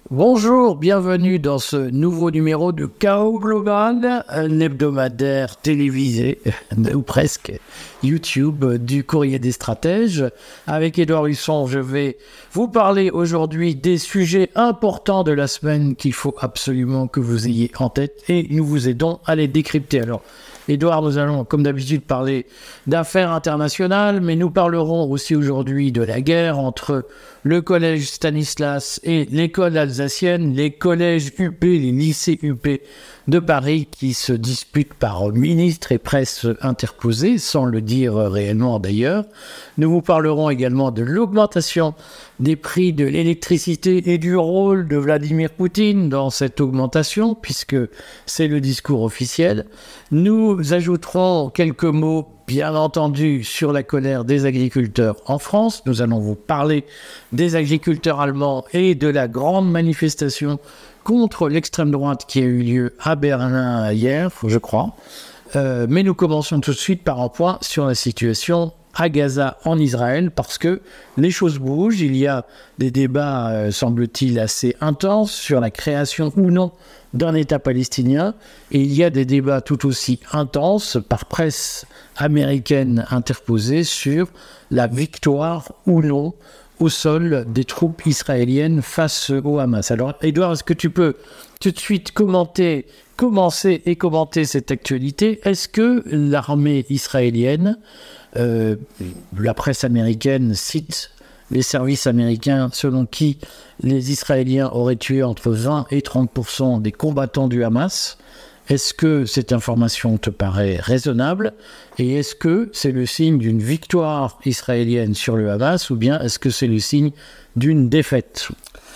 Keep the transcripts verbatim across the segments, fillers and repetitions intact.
Bonjour, bienvenue dans ce nouveau numéro de Chaos Global, un hebdomadaire télévisé, ou presque, YouTube, du Courrier des Stratèges. Avec Édouard Husson, je vais vous parler aujourd'hui des sujets importants de la semaine qu'il faut absolument que vous ayez en tête et nous vous aidons à les décrypter. Alors, Édouard, nous allons, comme d'habitude, parler d'affaires internationales, mais nous parlerons aussi aujourd'hui de la guerre entre le collège Stanislas et l'école alsacienne, les collèges U P, les lycées U P de Paris qui se disputent par ministres et presse interposée, sans le dire réellement d'ailleurs. Nous vous parlerons également de l'augmentation des prix de l'électricité et du rôle de Vladimir Poutine dans cette augmentation, puisque c'est le discours officiel. Nous ajouterons quelques mots, bien entendu, sur la colère des agriculteurs en France. Nous allons vous parler des agriculteurs allemands et de la grande manifestation contre l'extrême droite qui a eu lieu à Berlin hier, je crois. Euh, mais nous commençons tout de suite par un point sur la situation à Gaza, en Israël, parce que les choses bougent. Il y a des débats, euh, semble-t-il, assez intenses sur la création ou non d'un État palestinien, et il y a des débats tout aussi intenses par presse américaine interposée sur la victoire ou non au sol des troupes israéliennes face au Hamas. Alors, Édouard, est-ce que tu peux tout de suite commenter, commencer et commenter cette actualité? Est-ce que l'armée israélienne, euh, la presse américaine cite les services américains selon qui les Israéliens auraient tué entre vingt et trente pour cent des combattants du Hamas? Est-ce que cette information te paraît raisonnable? Et est-ce que c'est le signe d'une victoire israélienne sur le Hamas ou bien est-ce que c'est le signe d'une défaite?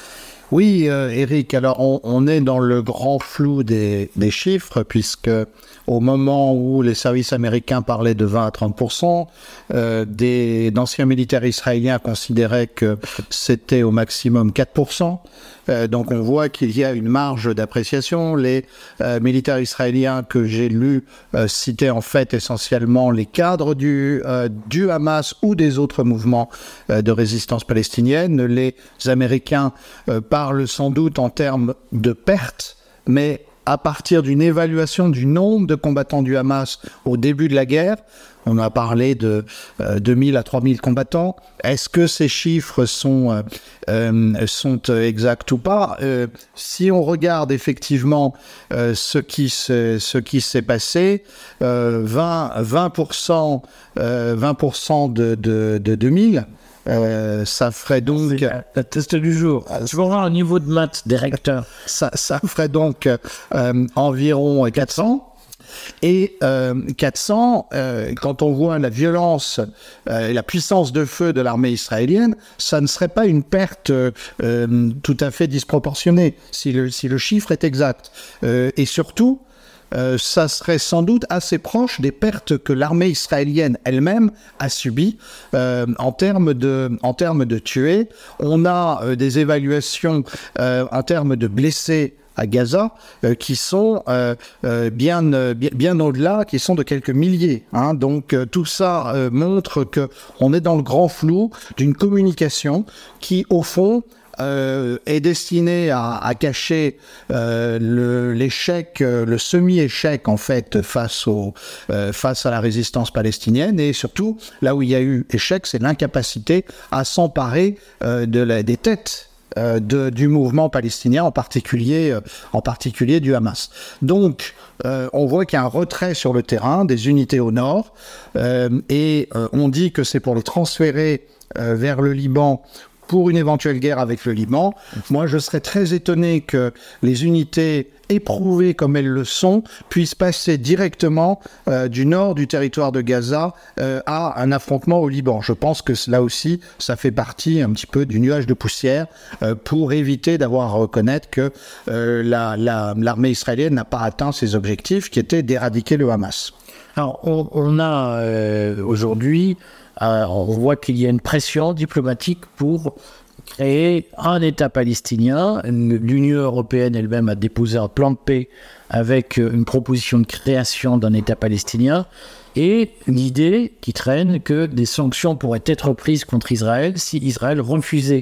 Oui, euh, Eric, alors on, on est dans le grand flou des, des chiffres, puisque au moment où les services américains parlaient de vingt à trente pour cent, euh, des, d'anciens militaires israéliens considéraient que c'était au maximum quatre pour cent. Euh, donc on voit qu'il y a une marge d'appréciation. Les euh, militaires israéliens que j'ai lus euh, citaient en fait essentiellement les cadres du, euh, du Hamas ou des autres mouvements euh, de résistance palestinienne. Les Américains euh, parlent sans doute en termes de pertes, mais à partir d'une évaluation du nombre de combattants du Hamas au début de la guerre. On a parlé de euh, deux mille à trois mille combattants. Est-ce que ces chiffres sont, euh, euh, sont exacts ou pas? euh, Si on regarde effectivement euh, ce, qui se, ce qui s'est passé, euh, vingt pour cent, euh, vingt pour cent de, de, de deux mille, Euh, ça ferait donc... C'est la test du jour. Tu vas voir un niveau de maths des recteurs. Ça, ça ferait donc euh, environ quatre cents. Et euh, quatre cents, euh, quand on voit la violence euh, et la puissance de feu de l'armée israélienne, ça ne serait pas une perte euh, tout à fait disproportionnée, si le, si le chiffre est exact. Euh, et surtout, Euh, ça serait sans doute assez proche des pertes que l'armée israélienne elle-même a subies euh, en termes de, en termes de tués. On a euh, des évaluations euh, en termes de blessés à Gaza euh, qui sont euh, euh, bien, euh, bien, bien au-delà, qui sont de quelques milliers. Hein. Donc euh, tout ça euh, montre qu'on est dans le grand flou d'une communication qui, au fond, Euh, est destiné à, à cacher euh, le, l'échec, euh, le semi-échec en fait face, au, euh, face à la résistance palestinienne, et surtout là où il y a eu échec, c'est l'incapacité à s'emparer euh, de la, des têtes euh, de, du mouvement palestinien, en particulier, euh, en particulier du Hamas. Donc euh, on voit qu'il y a un retrait sur le terrain, des unités au nord, euh, et euh, on dit que c'est pour les transférer euh, vers le Liban pour une éventuelle guerre avec le Liban. Moi, je serais très étonné que les unités éprouvées comme elles le sont puissent passer directement euh, du nord du territoire de Gaza euh, à un affrontement au Liban. Je pense que là aussi, ça fait partie un petit peu du nuage de poussière euh, pour éviter d'avoir à reconnaître que euh, la, la, l'armée israélienne n'a pas atteint ses objectifs qui étaient d'éradiquer le Hamas. Alors, on, on a euh, aujourd'hui... Euh, on voit qu'il y a une pression diplomatique pour créer un État palestinien. L'Union européenne elle-même a déposé un plan de paix avec une proposition de création d'un État palestinien. Et l'idée qui traîne que des sanctions pourraient être prises contre Israël si Israël refusait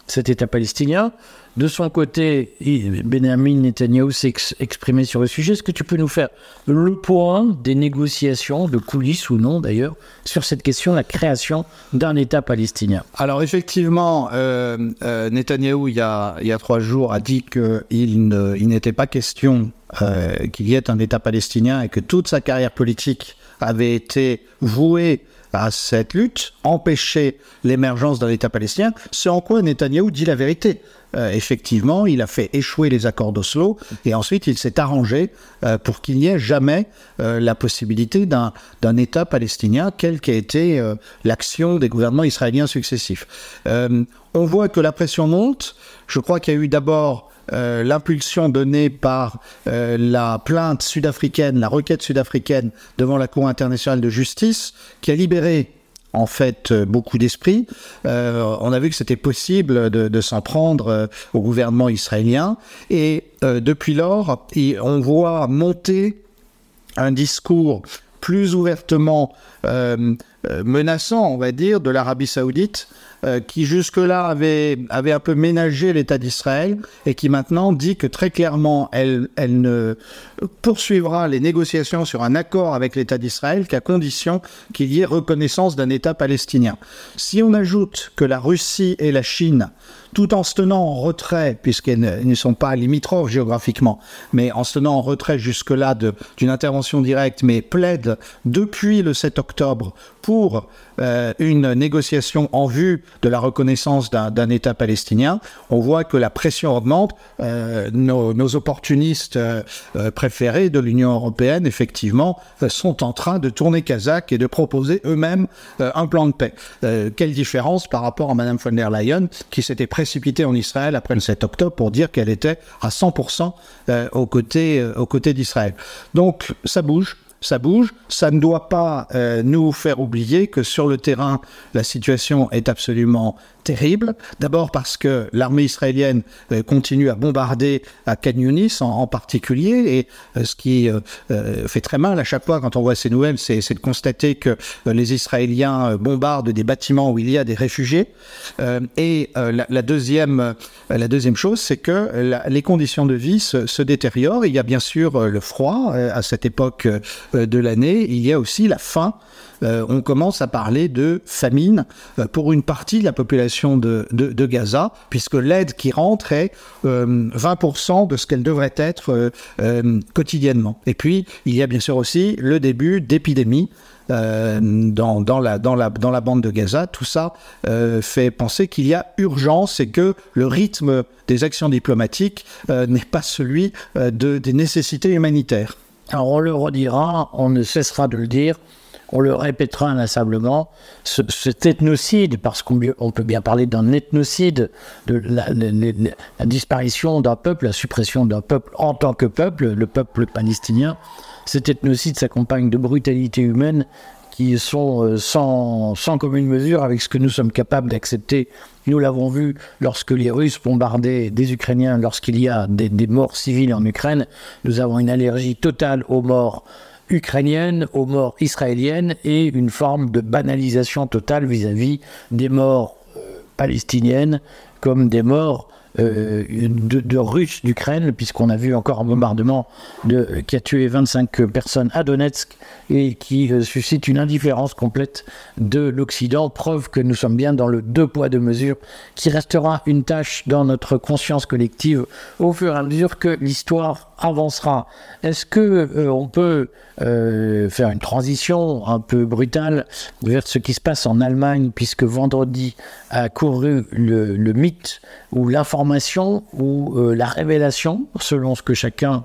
cet État palestinien. De son côté, Benjamin Netanyahou s'est ex- exprimé sur le sujet. Est-ce que tu peux nous faire le point des négociations, de coulisses ou non d'ailleurs, sur cette question, la création d'un État palestinien? Alors effectivement, euh, euh, Netanyahou, il y, a, il y a trois jours, a dit qu'il ne, il n'était pas question euh, qu'il y ait un État palestinien et que toute sa carrière politique avait été vouée à cette lutte, empêcher l'émergence d'un État palestinien, ce en quoi Netanyahou dit la vérité. Euh, effectivement, il a fait échouer les accords d'Oslo et ensuite il s'est arrangé euh, pour qu'il n'y ait jamais euh, la possibilité d'un, d'un État palestinien, quelle qu'ait été euh, l'action des gouvernements israéliens successifs. Euh, on voit que la pression monte. Je crois qu'il y a eu d'abord Euh, l'impulsion donnée par euh, la plainte sud-africaine, la requête sud-africaine devant la Cour internationale de justice, qui a libéré en fait euh, beaucoup d'esprits. Euh, on a vu que c'était possible de, de s'en prendre euh, au gouvernement israélien. Et euh, depuis lors, on voit monter un discours plus ouvertement euh, euh, menaçant, on va dire, de l'Arabie saoudite, euh, qui jusque-là avait, avait un peu ménagé l'État d'Israël et qui maintenant dit que très clairement, elle, elle ne poursuivra les négociations sur un accord avec l'État d'Israël qu'à condition qu'il y ait reconnaissance d'un État palestinien. Si on ajoute que la Russie et la Chine, tout en se tenant en retrait, puisqu'elles ne, ne sont pas limitrophes géographiquement, mais en se tenant en retrait jusque-là de, d'une intervention directe, mais plaident depuis le sept octobre pour euh, une négociation en vue de la reconnaissance d'un, d'un État palestinien, on voit que la pression augmente. Euh, nos, nos opportunistes euh, préférés de l'Union européenne, effectivement, euh, sont en train de tourner Kazakh et de proposer eux-mêmes euh, un plan de paix. Euh, quelle différence par rapport à Madame von der Leyen, qui s'était précipitée en Israël après le sept octobre pour dire qu'elle était à cent pour cent euh, aux côtés, euh, aux côtés d'Israël. Donc, ça bouge. Ça bouge, ça ne doit pas euh, nous faire oublier que sur le terrain, la situation est absolument terrible. D'abord parce que l'armée israélienne euh, continue à bombarder à Khan Younis en, en particulier, et euh, ce qui euh, euh, fait très mal à chaque fois quand on voit ces nouvelles, c'est, c'est de constater que euh, les Israéliens euh, bombardent des bâtiments où il y a des réfugiés. Euh, et euh, la, la, deuxième, euh, la deuxième chose, c'est que la, les conditions de vie se, se détériorent. Il y a bien sûr euh, le froid euh, à cette époque euh, de l'année, il y a aussi la faim. Euh, on commence à parler de famine euh, pour une partie de la population de, de, de Gaza, puisque l'aide qui rentre est euh, vingt pour cent de ce qu'elle devrait être euh, euh, quotidiennement. Et puis, il y a bien sûr aussi le début d'épidémies euh, dans, dans, la, dans, la, dans la bande de Gaza. Tout ça euh, fait penser qu'il y a urgence et que le rythme des actions diplomatiques euh, n'est pas celui euh, de, des nécessités humanitaires. Alors on le redira, on ne cessera de le dire, on le répétera inlassablement, ce, cet ethnocide, parce qu'on on peut bien parler d'un ethnocide, de la, la, la, la disparition d'un peuple, la suppression d'un peuple en tant que peuple, le peuple palestinien, cet ethnocide s'accompagne de brutalités humaines qui sont sans, sans commune mesure avec ce que nous sommes capables d'accepter. Nous l'avons vu lorsque les Russes bombardaient des Ukrainiens, lorsqu'il y a des, des morts civiles en Ukraine. Nous avons une allergie totale aux morts ukrainiennes, aux morts israéliennes et une forme de banalisation totale vis-à-vis des morts euh, palestiniennes comme des morts Euh, de, de Russes d'Ukraine, puisqu'on a vu encore un bombardement de, qui a tué vingt-cinq personnes à Donetsk et qui euh, suscite une indifférence complète de l'Occident, preuve que nous sommes bien dans le deux poids deux mesures, qui restera une tâche dans notre conscience collective au fur et à mesure que l'histoire avancera. Est-ce que euh, on peut euh, faire une transition un peu brutale vers ce qui se passe en Allemagne, puisque vendredi a couru le, le mythe ou l'information ou euh, la révélation, selon ce que chacun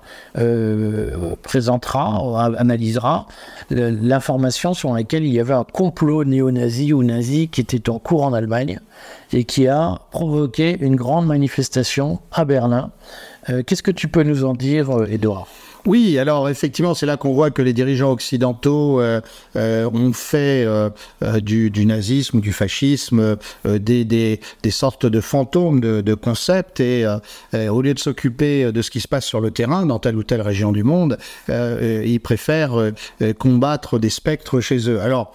euh, présentera, analysera, l'information sur laquelle il y avait un complot néo-nazi ou nazi qui était en cours en Allemagne et qui a provoqué une grande manifestation à Berlin. Euh, qu'est-ce que tu peux nous en dire, Édouard ? Oui, alors effectivement, c'est là qu'on voit que les dirigeants occidentaux euh, euh, ont fait euh, euh, du, du nazisme ou du fascisme euh, des, des, des sortes de fantômes de, de concepts et euh, euh, au lieu de s'occuper de ce qui se passe sur le terrain dans telle ou telle région du monde, euh, ils préfèrent euh, combattre des spectres chez eux. Alors,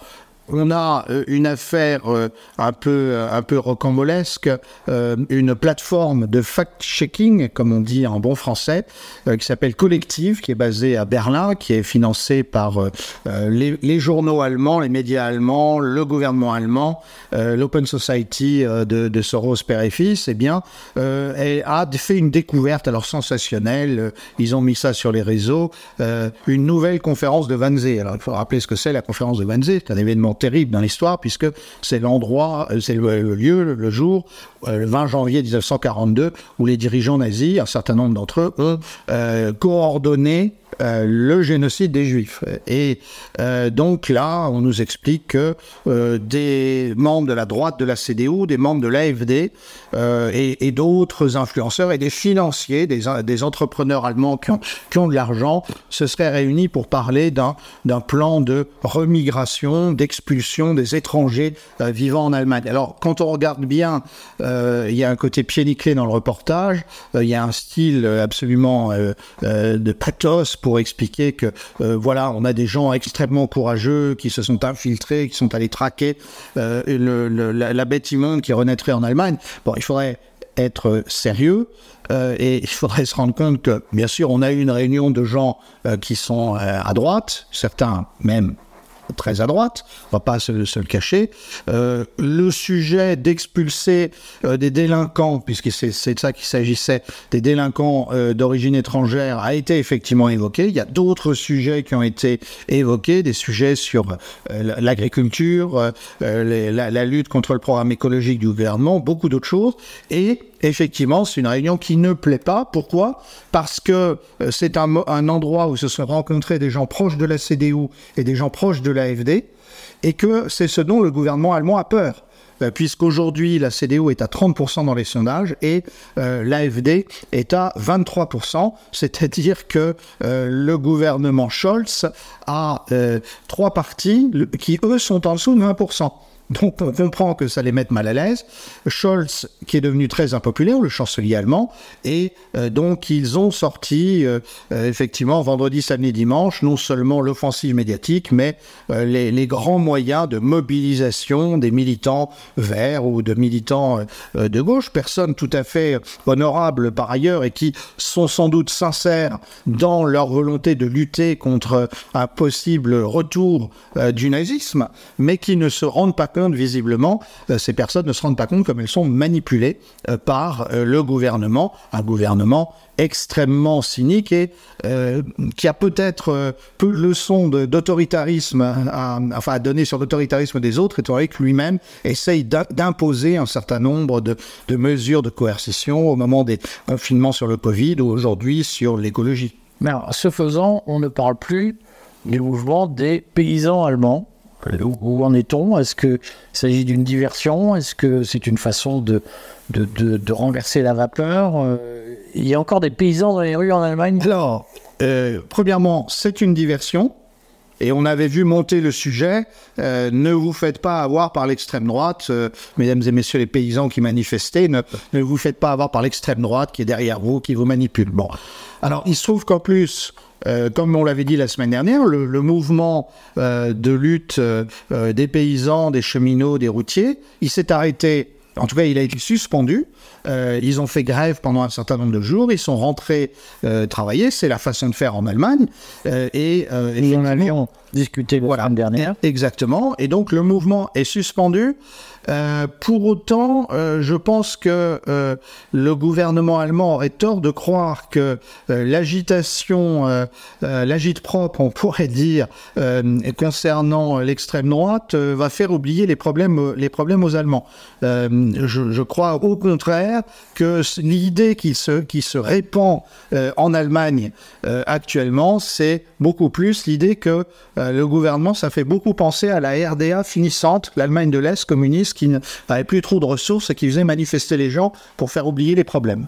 on a euh, une affaire euh, un peu un peu rocambolesque, euh, une plateforme de fact-checking, comme on dit en bon français, euh, qui s'appelle Collective, qui est basée à Berlin, qui est financée par euh, les, les journaux allemands, les médias allemands, le gouvernement allemand, euh, l'Open Society euh, de, de Soros père et fils. Eh bien, euh, elle a fait une découverte alors sensationnelle. Ils ont mis ça sur les réseaux. Euh, une nouvelle conférence de Wannsee. Alors, il faut rappeler ce que c'est la conférence de Wannsee. C'est un événement terrible dans l'histoire, puisque c'est l'endroit, c'est le, le lieu, le jour, le vingt janvier mille neuf cent quarante-deux, où les dirigeants nazis, un certain nombre d'entre eux, ont euh, coordonné Euh, le génocide des Juifs. Et euh, donc là, on nous explique que euh, des membres de la droite de la C D U, des membres de l'A F D euh, et, et d'autres influenceurs et des financiers, des, des entrepreneurs allemands qui ont, qui ont de l'argent, se seraient réunis pour parler d'un, d'un plan de remigration, d'expulsion des étrangers euh, vivant en Allemagne. Alors, quand on regarde bien, euh, il y a un côté pied nickelé dans le reportage, euh, il y a un style absolument euh, euh, de pathos pour expliquer que euh, voilà, on a des gens extrêmement courageux qui se sont infiltrés, qui sont allés traquer euh, le, le, la, la bête immonde qui renaîtrait en Allemagne. Bon, il faudrait être sérieux euh, et il faudrait se rendre compte que, bien sûr, on a eu une réunion de gens euh, qui sont euh, à droite, certains même très à droite, on ne va pas se, se le cacher. Euh, le sujet d'expulser euh, des délinquants, puisque c'est, c'est de ça qu'il s'agissait, des délinquants euh, d'origine étrangère, a été effectivement évoqué. Il y a d'autres sujets qui ont été évoqués, des sujets sur euh, l'agriculture, euh, les, la, la lutte contre le programme écologique du gouvernement, beaucoup d'autres choses. Et effectivement, c'est une réunion qui ne plaît pas. Pourquoi ? Parce que euh, c'est un, un endroit où se sont rencontrés des gens proches de la C D U et des gens proches de l'A F D, et que c'est ce dont le gouvernement allemand a peur. Euh, puisqu'aujourd'hui, la C D U est à trente pour cent dans les sondages et euh, l'A F D est à vingt-trois pour cent, c'est-à-dire que euh, le gouvernement Scholz a euh, trois partis qui, eux, sont en dessous de vingt pour cent. Donc on comprend que ça les mette mal à l'aise. Scholz, qui est devenu très impopulaire, le chancelier allemand, et euh, donc ils ont sorti euh, euh, effectivement vendredi, samedi, dimanche, non seulement l'offensive médiatique, mais euh, les, les grands moyens de mobilisation des militants verts ou de militants euh, de gauche, personnes tout à fait honorables par ailleurs et qui sont sans doute sincères dans leur volonté de lutter contre un possible retour euh, du nazisme, mais qui ne se rendent pas compte, visiblement, euh, ces personnes ne se rendent pas compte comme elles sont manipulées euh, par euh, le gouvernement, un gouvernement extrêmement cynique et euh, qui a peut-être euh, peu de leçons de, d'autoritarisme à, enfin, à donner sur l'autoritarisme des autres, étant donné que lui-même essaye d'imposer un certain nombre de, de mesures de coercition au moment des confinements sur le Covid ou aujourd'hui sur l'écologie. Mais alors, ce faisant, on ne parle plus du mouvement des paysans allemands. Où, où en est-on ? Est-ce qu'il s'agit d'une diversion ? Est-ce que c'est une façon de, de, de, de renverser la vapeur ? euh, Il y a encore des paysans dans les rues en Allemagne ? Alors, euh, premièrement, c'est une diversion. Et on avait vu monter le sujet. Euh, ne vous faites pas avoir par l'extrême droite, euh, mesdames et messieurs les paysans qui manifestaient, ne, ne vous faites pas avoir par l'extrême droite qui est derrière vous, qui vous manipule. Bon. Alors, il se trouve qu'en plus, Euh, comme on l'avait dit la semaine dernière, le, le mouvement euh, de lutte euh, euh, des paysans, des cheminots, des routiers, il s'est arrêté, en tout cas il a été suspendu, euh, ils ont fait grève pendant un certain nombre de jours, ils sont rentrés euh, travailler, c'est la façon de faire en Allemagne, euh, et euh, nous en avions discuté la voilà, semaine dernière. Exactement, et donc le mouvement est suspendu. Euh, pour autant, euh, je pense que euh, le gouvernement allemand aurait tort de croire que euh, l'agitation, euh, euh, l'agite-propre, on pourrait dire, euh, concernant l'extrême droite, euh, va faire oublier les problèmes, les problèmes aux Allemands. Euh, je, je crois au contraire que l'idée qui se, qui se répand euh, en Allemagne euh, actuellement, c'est beaucoup plus l'idée que euh, le gouvernement, ça fait beaucoup penser à la R D A finissante, l'Allemagne de l'Est communiste, qui n'avait plus trop de ressources et qui faisait manifester les gens pour faire oublier les problèmes.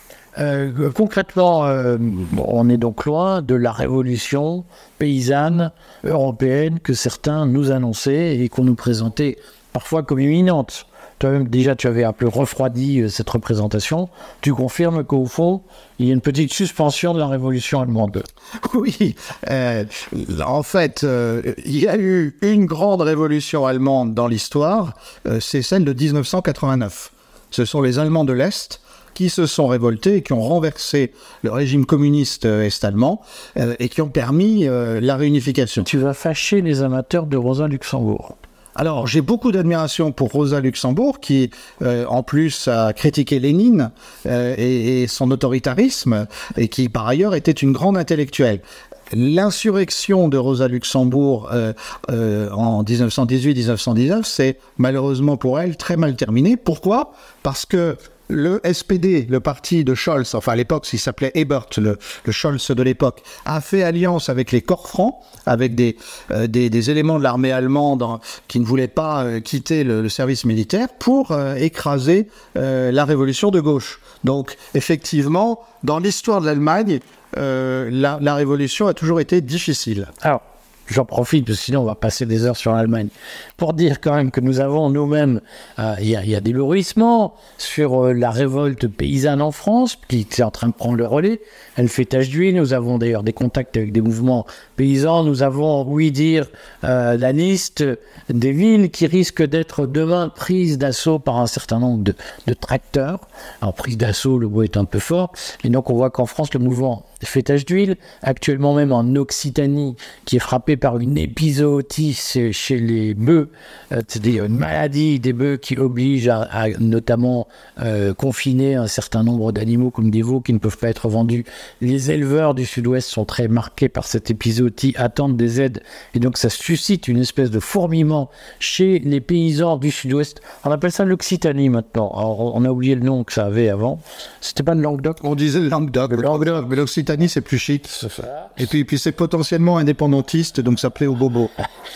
Euh, concrètement, euh, on est donc loin de la révolution paysanne européenne que certains nous annonçaient et qu'on nous présentait parfois comme imminente. toi-même déjà tu avais un peu refroidi euh, cette représentation. Tu confirmes qu'au fond, il y a une petite suspension de la révolution allemande. Oui, euh, en fait, euh, il y a eu une grande révolution allemande dans l'histoire, euh, c'est celle de dix-neuf cent quatre-vingt-neuf. Ce sont les Allemands de l'Est qui se sont révoltés et qui ont renversé le régime communiste euh, est-allemand euh, et qui ont permis euh, la réunification. Tu vas fâcher les amateurs de Rosa Luxembourg. Alors, j'ai beaucoup d'admiration pour Rosa Luxembourg, qui, euh, en plus, a critiqué Lénine euh, et, et son autoritarisme, et qui, par ailleurs, était une grande intellectuelle. L'insurrection de Rosa Luxembourg euh, euh, en dix-neuf cent dix-huit dix-neuf cent dix-neuf, c'est malheureusement pour elle très mal terminé. Pourquoi ? Parce que le S P D, le parti de Scholz, enfin à l'époque il s'appelait Ebert, le, le Scholz de l'époque, a fait alliance avec les corps francs, avec des, euh, des, des éléments de l'armée allemande hein, qui ne voulaient pas euh, quitter le, le service militaire pour euh, écraser euh, la révolution de gauche. Donc effectivement, dans l'histoire de l'Allemagne, euh, la, la révolution a toujours été difficile. Alors, j'en profite, parce que sinon on va passer des heures sur l'Allemagne, pour dire quand même que nous avons nous-mêmes, il euh, y, y a des lourissements sur euh, la révolte paysanne en France, qui est en train de prendre le relais. Elle fait tache d'huile. Nous avons d'ailleurs des contacts avec des mouvements paysans. Nous avons, oui dire, euh, la liste des villes qui risquent d'être demain prises d'assaut par un certain nombre de, de tracteurs. Alors, prise d'assaut, le mot est un peu fort. Et donc, on voit qu'en France, le mouvement fait tache d'huile. Actuellement même en Occitanie, qui est frappé par une épizootie chez les bœufs, euh, c'est-à-dire une maladie des bœufs qui oblige à, à notamment euh, confiner un certain nombre d'animaux comme des veaux qui ne peuvent pas être vendus. Les éleveurs du sud-ouest sont très marqués par cette épizootie, attendent des aides, et donc ça suscite une espèce de fourmillement chez les paysans du sud-ouest. On appelle ça l'Occitanie maintenant. Alors, on a oublié le nom que ça avait avant. C'était pas le Languedoc? On disait le Languedoc, le Languedoc, mais l'Occitanie c'est plus chic. Et puis, puis c'est potentiellement indépendantiste, donc ça plaît aux bobos.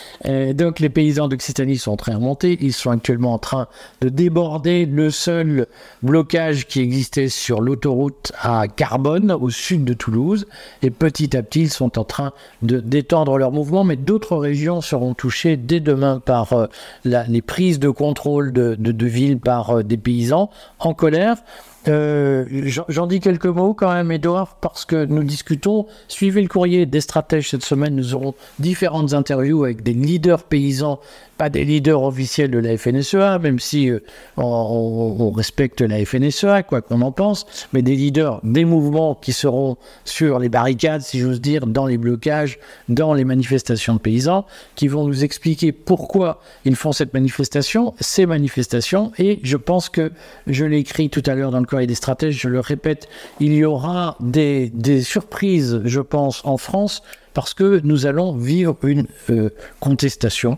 Et donc les paysans d'Occitanie sont en train de remonter. Ils sont actuellement en train de déborder le seul blocage qui existait sur l'autoroute à Carbone, au sud de Toulouse. Et petit à petit, ils sont en train de d'étendre leur mouvement. Mais d'autres régions seront touchées dès demain par euh, la, les prises de contrôle de, de, de villes par euh, des paysans en colère. Euh, j'en dis quelques mots quand même, Édouard, parce que nous discutons. Suivez le courrier des stratèges cette semaine. Nous aurons différentes interviews avec des leaders paysans, pas des leaders officiels de la F N S E A, même si euh, on, on, on respecte la F N S E A, quoi qu'on en pense, mais des leaders des mouvements qui seront sur les barricades, si j'ose dire, dans les blocages, dans les manifestations de paysans, qui vont nous expliquer pourquoi ils font cette manifestation, ces manifestations, et je pense que, je l'ai écrit tout à l'heure dans le courrier des stratèges, je le répète, il y aura des, des surprises, je pense, en France, parce que nous allons vivre une euh, contestation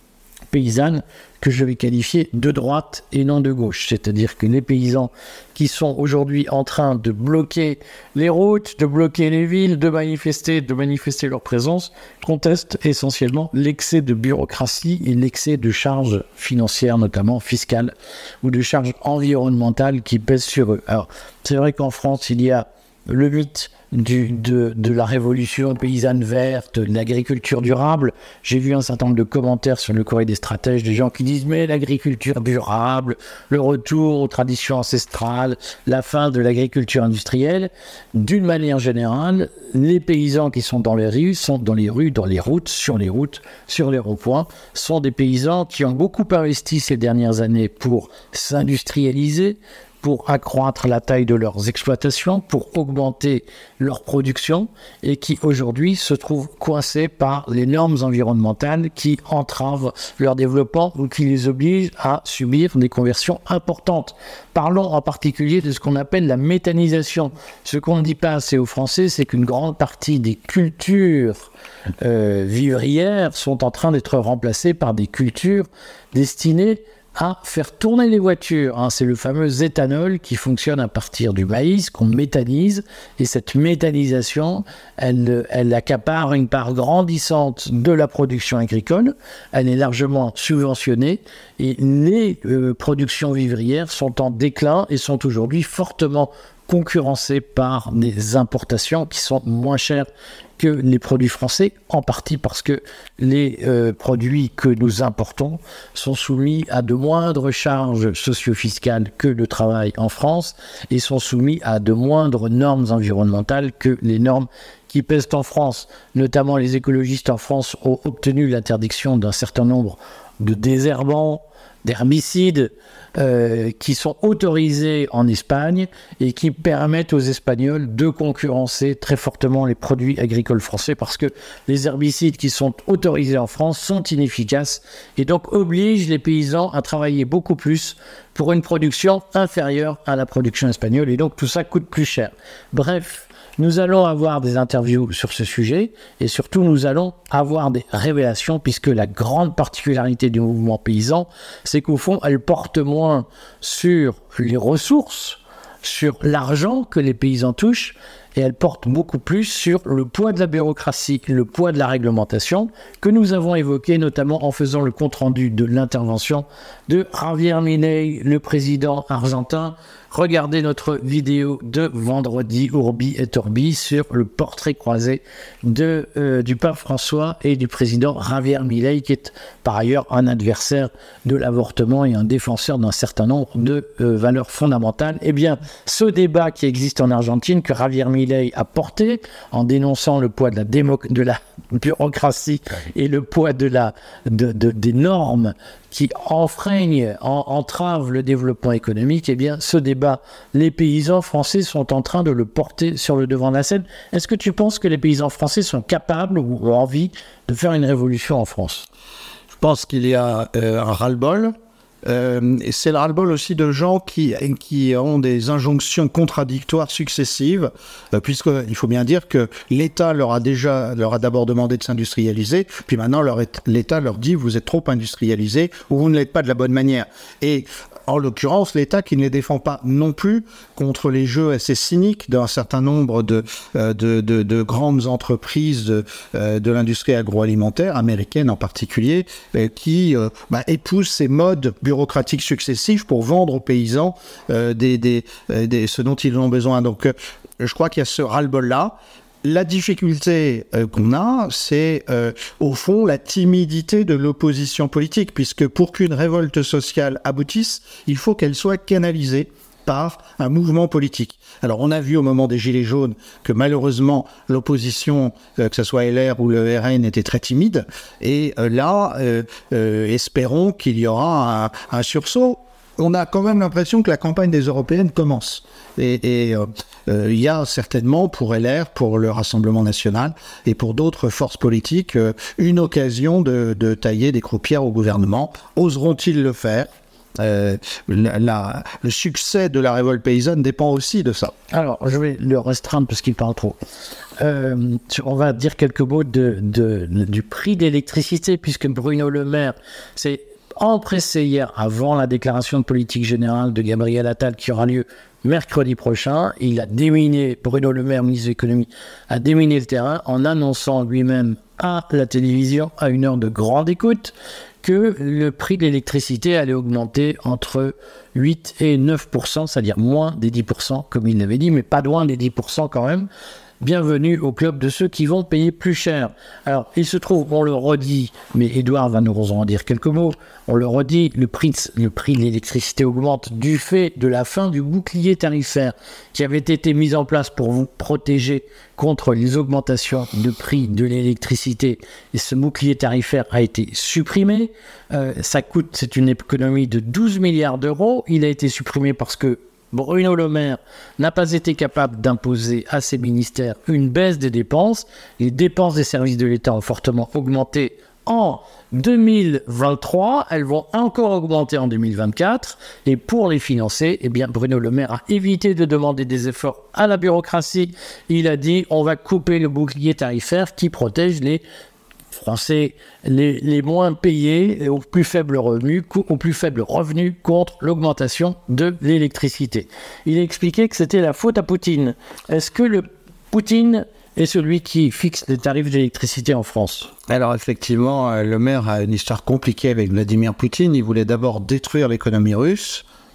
paysanne que je vais qualifier de droite et non de gauche. C'est-à-dire que les paysans qui sont aujourd'hui en train de bloquer les routes, de bloquer les villes, de manifester, de manifester leur présence, contestent essentiellement l'excès de bureaucratie et l'excès de charges financières, notamment fiscales, ou de charges environnementales qui pèsent sur eux. Alors, c'est vrai qu'en France, il y a le mythe Du, de, de la révolution paysanne verte, de l'agriculture durable. J'ai vu un certain nombre de commentaires sur le courrier des stratèges, des gens qui disent mais l'agriculture durable, le retour aux traditions ancestrales, la fin de l'agriculture industrielle. D'une manière générale, les paysans qui sont dans les rues, sont dans les rues, dans les routes, sur les routes, sur les ronds-points, sont des paysans qui ont beaucoup investi ces dernières années pour s'industrialiser, pour accroître la taille de leurs exploitations, pour augmenter leur production, et qui aujourd'hui se trouvent coincés par les normes environnementales qui entravent leur développement ou qui les obligent à subir des conversions importantes. Parlons en particulier de ce qu'on appelle la méthanisation. Ce qu'on ne dit pas assez aux Français, c'est qu'une grande partie des cultures euh, vivrières sont en train d'être remplacées par des cultures destinées à faire tourner les voitures. Hein. C'est le fameux éthanol qui fonctionne à partir du maïs qu'on méthanise, et cette méthanisation, elle, elle accapare une part grandissante de la production agricole. Elle est largement subventionnée, et les euh, productions vivrières sont en déclin et sont aujourd'hui fortement concurrencés par des importations qui sont moins chères que les produits français, en partie parce que les euh, produits que nous importons sont soumis à de moindres charges socio-fiscales que le travail en France et sont soumis à de moindres normes environnementales que les normes qui pèsent en France. Notamment, les écologistes en France ont obtenu l'interdiction d'un certain nombre de désherbants, d'herbicides euh, qui sont autorisés en Espagne et qui permettent aux Espagnols de concurrencer très fortement les produits agricoles français parce que les herbicides qui sont autorisés en France sont inefficaces et donc obligent les paysans à travailler beaucoup plus pour une production inférieure à la production espagnole et donc tout ça coûte plus cher. Bref, nous allons avoir des interviews sur ce sujet et surtout nous allons avoir des révélations puisque la grande particularité du mouvement paysan, c'est qu'au fond, elle porte moins sur les ressources, sur l'argent que les paysans touchent et elle porte beaucoup plus sur le poids de la bureaucratie, le poids de la réglementation que nous avons évoqué notamment en faisant le compte-rendu de l'intervention de Javier Milei, le président argentin. Regardez notre vidéo de vendredi, Urbi et Orbi, sur le portrait croisé de, euh, du pape François et du président Javier Milei, qui est par ailleurs un adversaire de l'avortement et un défenseur d'un certain nombre de euh, valeurs fondamentales. Eh bien, ce débat qui existe en Argentine, que Javier Milei a porté en dénonçant le poids de la, démo- de la bureaucratie et le poids de la, de, de, des normes qui enfreignent, en, entravent le développement économique, eh bien, ce débat, les paysans français sont en train de le porter sur le devant de la scène. Est-ce que tu penses que les paysans français sont capables ou ont envie de faire une révolution en France ? Je pense qu'il y a euh, un ras-le-bol. Euh, et c'est le ras-le-bol aussi de gens qui, qui ont des injonctions contradictoires successives, euh, puisqu'il faut bien dire que l'État leur a déjà, leur a d'abord demandé de s'industrialiser, puis maintenant leur, l'État leur dit vous êtes trop industrialisé ou vous ne l'êtes pas de la bonne manière. Et en l'occurrence, l'État qui ne les défend pas non plus contre les jeux assez cyniques d'un certain nombre de, euh, de, de, de grandes entreprises de, euh, de l'industrie agroalimentaire, américaine en particulier, euh, qui euh, bah, épousent ces modes bureaucratiques successifs pour vendre aux paysans euh, des, des, euh, des, ce dont ils ont besoin. Donc, euh, je crois qu'il y a ce ras-le-bol-là. La difficulté euh, qu'on a, c'est euh, au fond la timidité de l'opposition politique, puisque pour qu'une révolte sociale aboutisse, il faut qu'elle soit canalisée par un mouvement politique. Alors on a vu au moment des Gilets jaunes que malheureusement l'opposition, euh, que ce soit L R ou le R N, était très timide, et euh, là, euh, euh, espérons qu'il y aura un, un sursaut. On a quand même l'impression que la campagne des européennes commence. Et il euh, euh, y a certainement pour L R, pour le Rassemblement national et pour d'autres forces politiques, euh, une occasion de, de tailler des croupières au gouvernement. Oseront-ils le faire ? Euh, la, la, le succès de la révolte paysanne dépend aussi de ça. Alors, je vais le restreindre parce qu'il parle trop. Euh, on va dire quelques mots de, de, de, du prix d'électricité, puisque Bruno Le Maire s'est empressé hier, avant la déclaration de politique générale de Gabriel Attal qui aura lieu mercredi prochain. Il a déminé, Bruno Le Maire, ministre de l'économie, a déminé le terrain en annonçant lui-même à la télévision, à une heure de grande écoute, que le prix de l'électricité allait augmenter entre huit et neuf pour cent, c'est-à-dire moins des dix pour cent, comme il l'avait dit, mais pas loin des dix pour cent quand même. Bienvenue au club de ceux qui vont payer plus cher. Alors, il se trouve, on le redit, mais Édouard va nous en dire quelques mots, on le redit, le prix, le prix de l'électricité augmente du fait de la fin du bouclier tarifaire qui avait été mis en place pour vous protéger contre les augmentations de prix de l'électricité. Et ce bouclier tarifaire a été supprimé. Euh, ça coûte, c'est une économie de douze milliards d'euros. Il a été supprimé parce que Bruno Le Maire n'a pas été capable d'imposer à ses ministères une baisse des dépenses. Les dépenses des services de l'État ont fortement augmenté en deux mille vingt-trois. Elles vont encore augmenter en deux mille vingt-quatre. Et pour les financer, eh bien, Bruno Le Maire a évité de demander des efforts à la bureaucratie. Il a dit on va couper le bouclier tarifaire qui protège les Français les, les moins payés et aux plus faibles revenus, aux plus faibles revenus contre l'augmentation de l'électricité. Il a expliqué que c'était la faute à Poutine. Est-ce que le Poutine est celui qui fixe les tarifs d'électricité en France ? Alors effectivement, le maire a une histoire compliquée avec Vladimir Poutine. Il voulait d'abord détruire l'économie russe.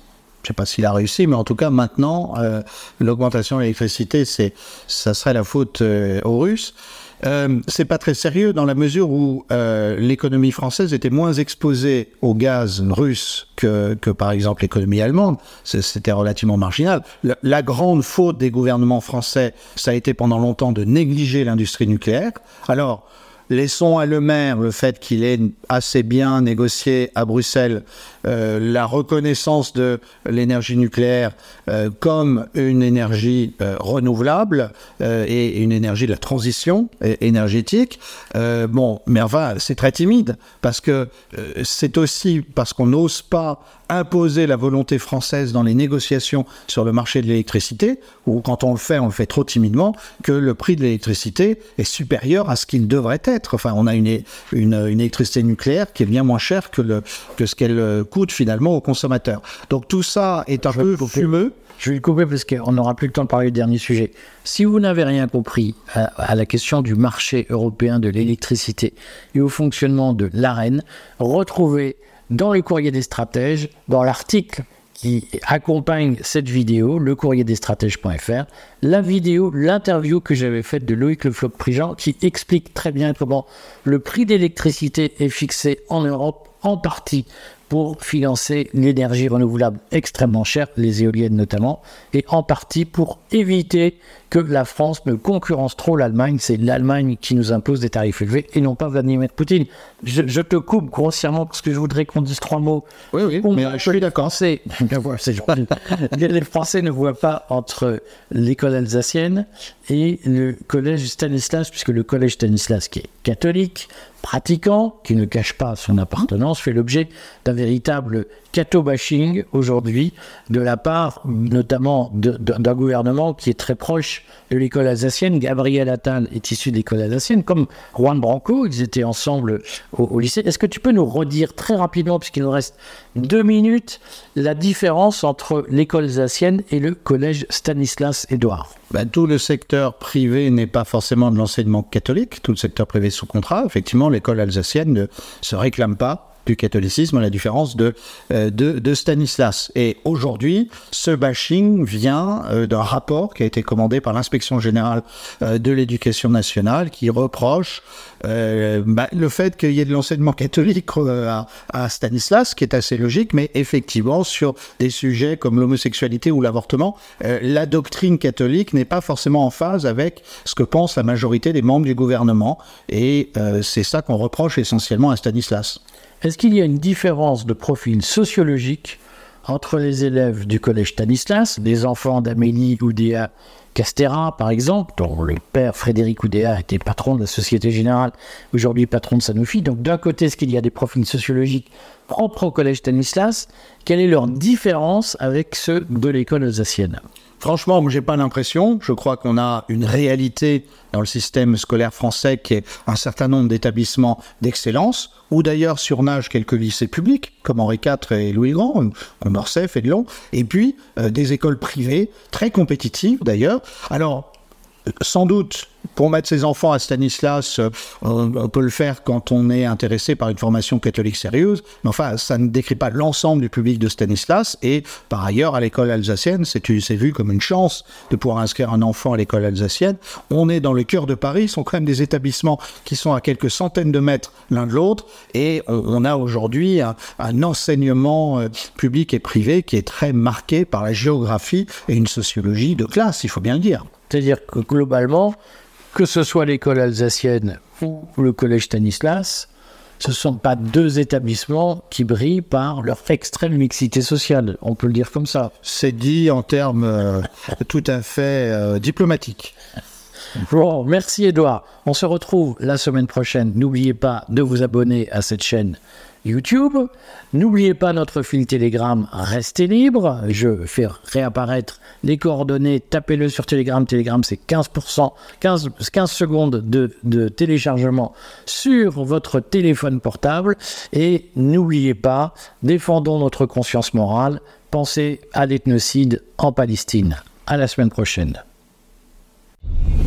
Je ne sais pas s'il a réussi, mais en tout cas, maintenant, euh, l'augmentation de l'électricité, c'est, ça serait la faute euh, aux Russes. Euh, c'est pas très sérieux dans la mesure où euh, l'économie française était moins exposée au gaz russe que, que par exemple l'économie allemande. C'était relativement marginal. La, la grande faute des gouvernements français, ça a été pendant longtemps de négliger l'industrie nucléaire. Alors, laissons à Le Maire le fait qu'il ait assez bien négocié à Bruxelles euh, la reconnaissance de l'énergie nucléaire euh, comme une énergie euh, renouvelable euh, et une énergie de la transition énergétique. Euh, bon, mais enfin, c'est très timide parce que euh, c'est aussi parce qu'on n'ose pas imposer la volonté française dans les négociations sur le marché de l'électricité, ou quand on le fait, on le fait trop timidement, que le prix de l'électricité est supérieur à ce qu'il devrait être. Enfin, on a une, une, une électricité nucléaire qui est bien moins chère que, le, que ce qu'elle coûte finalement aux consommateurs. Donc tout ça est un Je peu fumeux. Je vais le couper parce qu'on n'aura plus le temps de parler du dernier sujet. Si vous n'avez rien compris à, à la question du marché européen de l'électricité et au fonctionnement de l'AREN, retrouvez dans le courrier des stratèges, dans l'article qui accompagne cette vidéo, le courrier des stratèges point f r, la vidéo, l'interview que j'avais faite de Loïc Le Floch-Prigent qui explique très bien comment le prix d'électricité est fixé en Europe en partie pour financer l'énergie renouvelable extrêmement chère, les éoliennes notamment, et en partie pour éviter que la France ne concurrence trop l'Allemagne. C'est l'Allemagne qui nous impose des tarifs élevés et non pas Vladimir Poutine. Je, je te coupe grossièrement parce que je voudrais qu'on dise trois mots. Oui, oui, On, mais je suis d'accord. C'est, c'est les Français ne voient pas entre l'école alsacienne et le collège Stanislas, puisque le collège Stanislas, qui est catholique, pratiquant, qui ne cache pas son appartenance, fait l'objet d'un véritable catho-bashing aujourd'hui de la part notamment de, de, d'un gouvernement qui est très proche de l'école alsacienne. Gabriel Attal est issu de l'école alsacienne, comme Juan Branco, ils étaient ensemble au, au lycée. Est-ce que tu peux nous redire très rapidement, puisqu'il nous reste deux minutes, la différence entre l'école alsacienne et le collège Stanislas-Édouard? Ben, tout le secteur privé n'est pas forcément de l'enseignement catholique, tout le secteur privé sous contrat. Effectivement, l'école alsacienne ne se réclame pas du catholicisme, à la différence de, euh, de, de Stanislas. Et aujourd'hui, ce bashing vient euh, d'un rapport qui a été commandé par l'inspection générale euh, de l'éducation nationale qui reproche euh, bah, le fait qu'il y ait de l'enseignement catholique euh, à, à Stanislas, qui est assez logique, mais effectivement, sur des sujets comme l'homosexualité ou l'avortement, euh, la doctrine catholique n'est pas forcément en phase avec ce que pense la majorité des membres du gouvernement. Et euh, c'est ça qu'on reproche essentiellement à Stanislas. Est-ce qu'il y a une différence de profil sociologique entre les élèves du collège Stanislas, des enfants d'Amélie Oudéa Castéra, par exemple, dont le père Frédéric Oudéa était patron de la Société Générale, aujourd'hui patron de Sanofi. Donc d'un côté, est-ce qu'il y a des profils sociologiques propres au collège Stanislas? Quelle est leur différence avec ceux de l'école alsacienne? Franchement, moi, j'ai pas l'impression. Je crois qu'on a une réalité dans le système scolaire français qui est un certain nombre d'établissements d'excellence, ou d'ailleurs surnagent quelques lycées publics, comme Henri quatre et Louis le Grand, comme Orsay, Fénelon, et puis euh, des écoles privées, très compétitives d'ailleurs. Alors, sans doute, pour mettre ses enfants à Stanislas, euh, on peut le faire quand on est intéressé par une formation catholique sérieuse, mais enfin, ça ne décrit pas l'ensemble du public de Stanislas, et par ailleurs, à l'école alsacienne, c'est, c'est vu comme une chance de pouvoir inscrire un enfant à l'école alsacienne. On est dans le cœur de Paris, ce sont quand même des établissements qui sont à quelques centaines de mètres l'un de l'autre, et on, on a aujourd'hui un, un enseignement euh, public et privé qui est très marqué par la géographie et une sociologie de classe, il faut bien le dire. C'est-à-dire que globalement, que ce soit l'école alsacienne ou le collège Stanislas, ce ne sont pas deux établissements qui brillent par leur extrême mixité sociale. On peut le dire comme ça. C'est dit en termes euh, tout à fait euh, diplomatiques. Bon, merci Édouard. On se retrouve la semaine prochaine. N'oubliez pas de vous abonner à cette chaîne YouTube. N'oubliez pas notre fil Telegram, restez libre. Je fais réapparaître les coordonnées. Tapez-le sur Telegram. Telegram, c'est quinze pour cent, quinze, quinze secondes de, de téléchargement sur votre téléphone portable. Et n'oubliez pas, défendons notre conscience morale. Pensez à l'ethnocide en Palestine. À la semaine prochaine.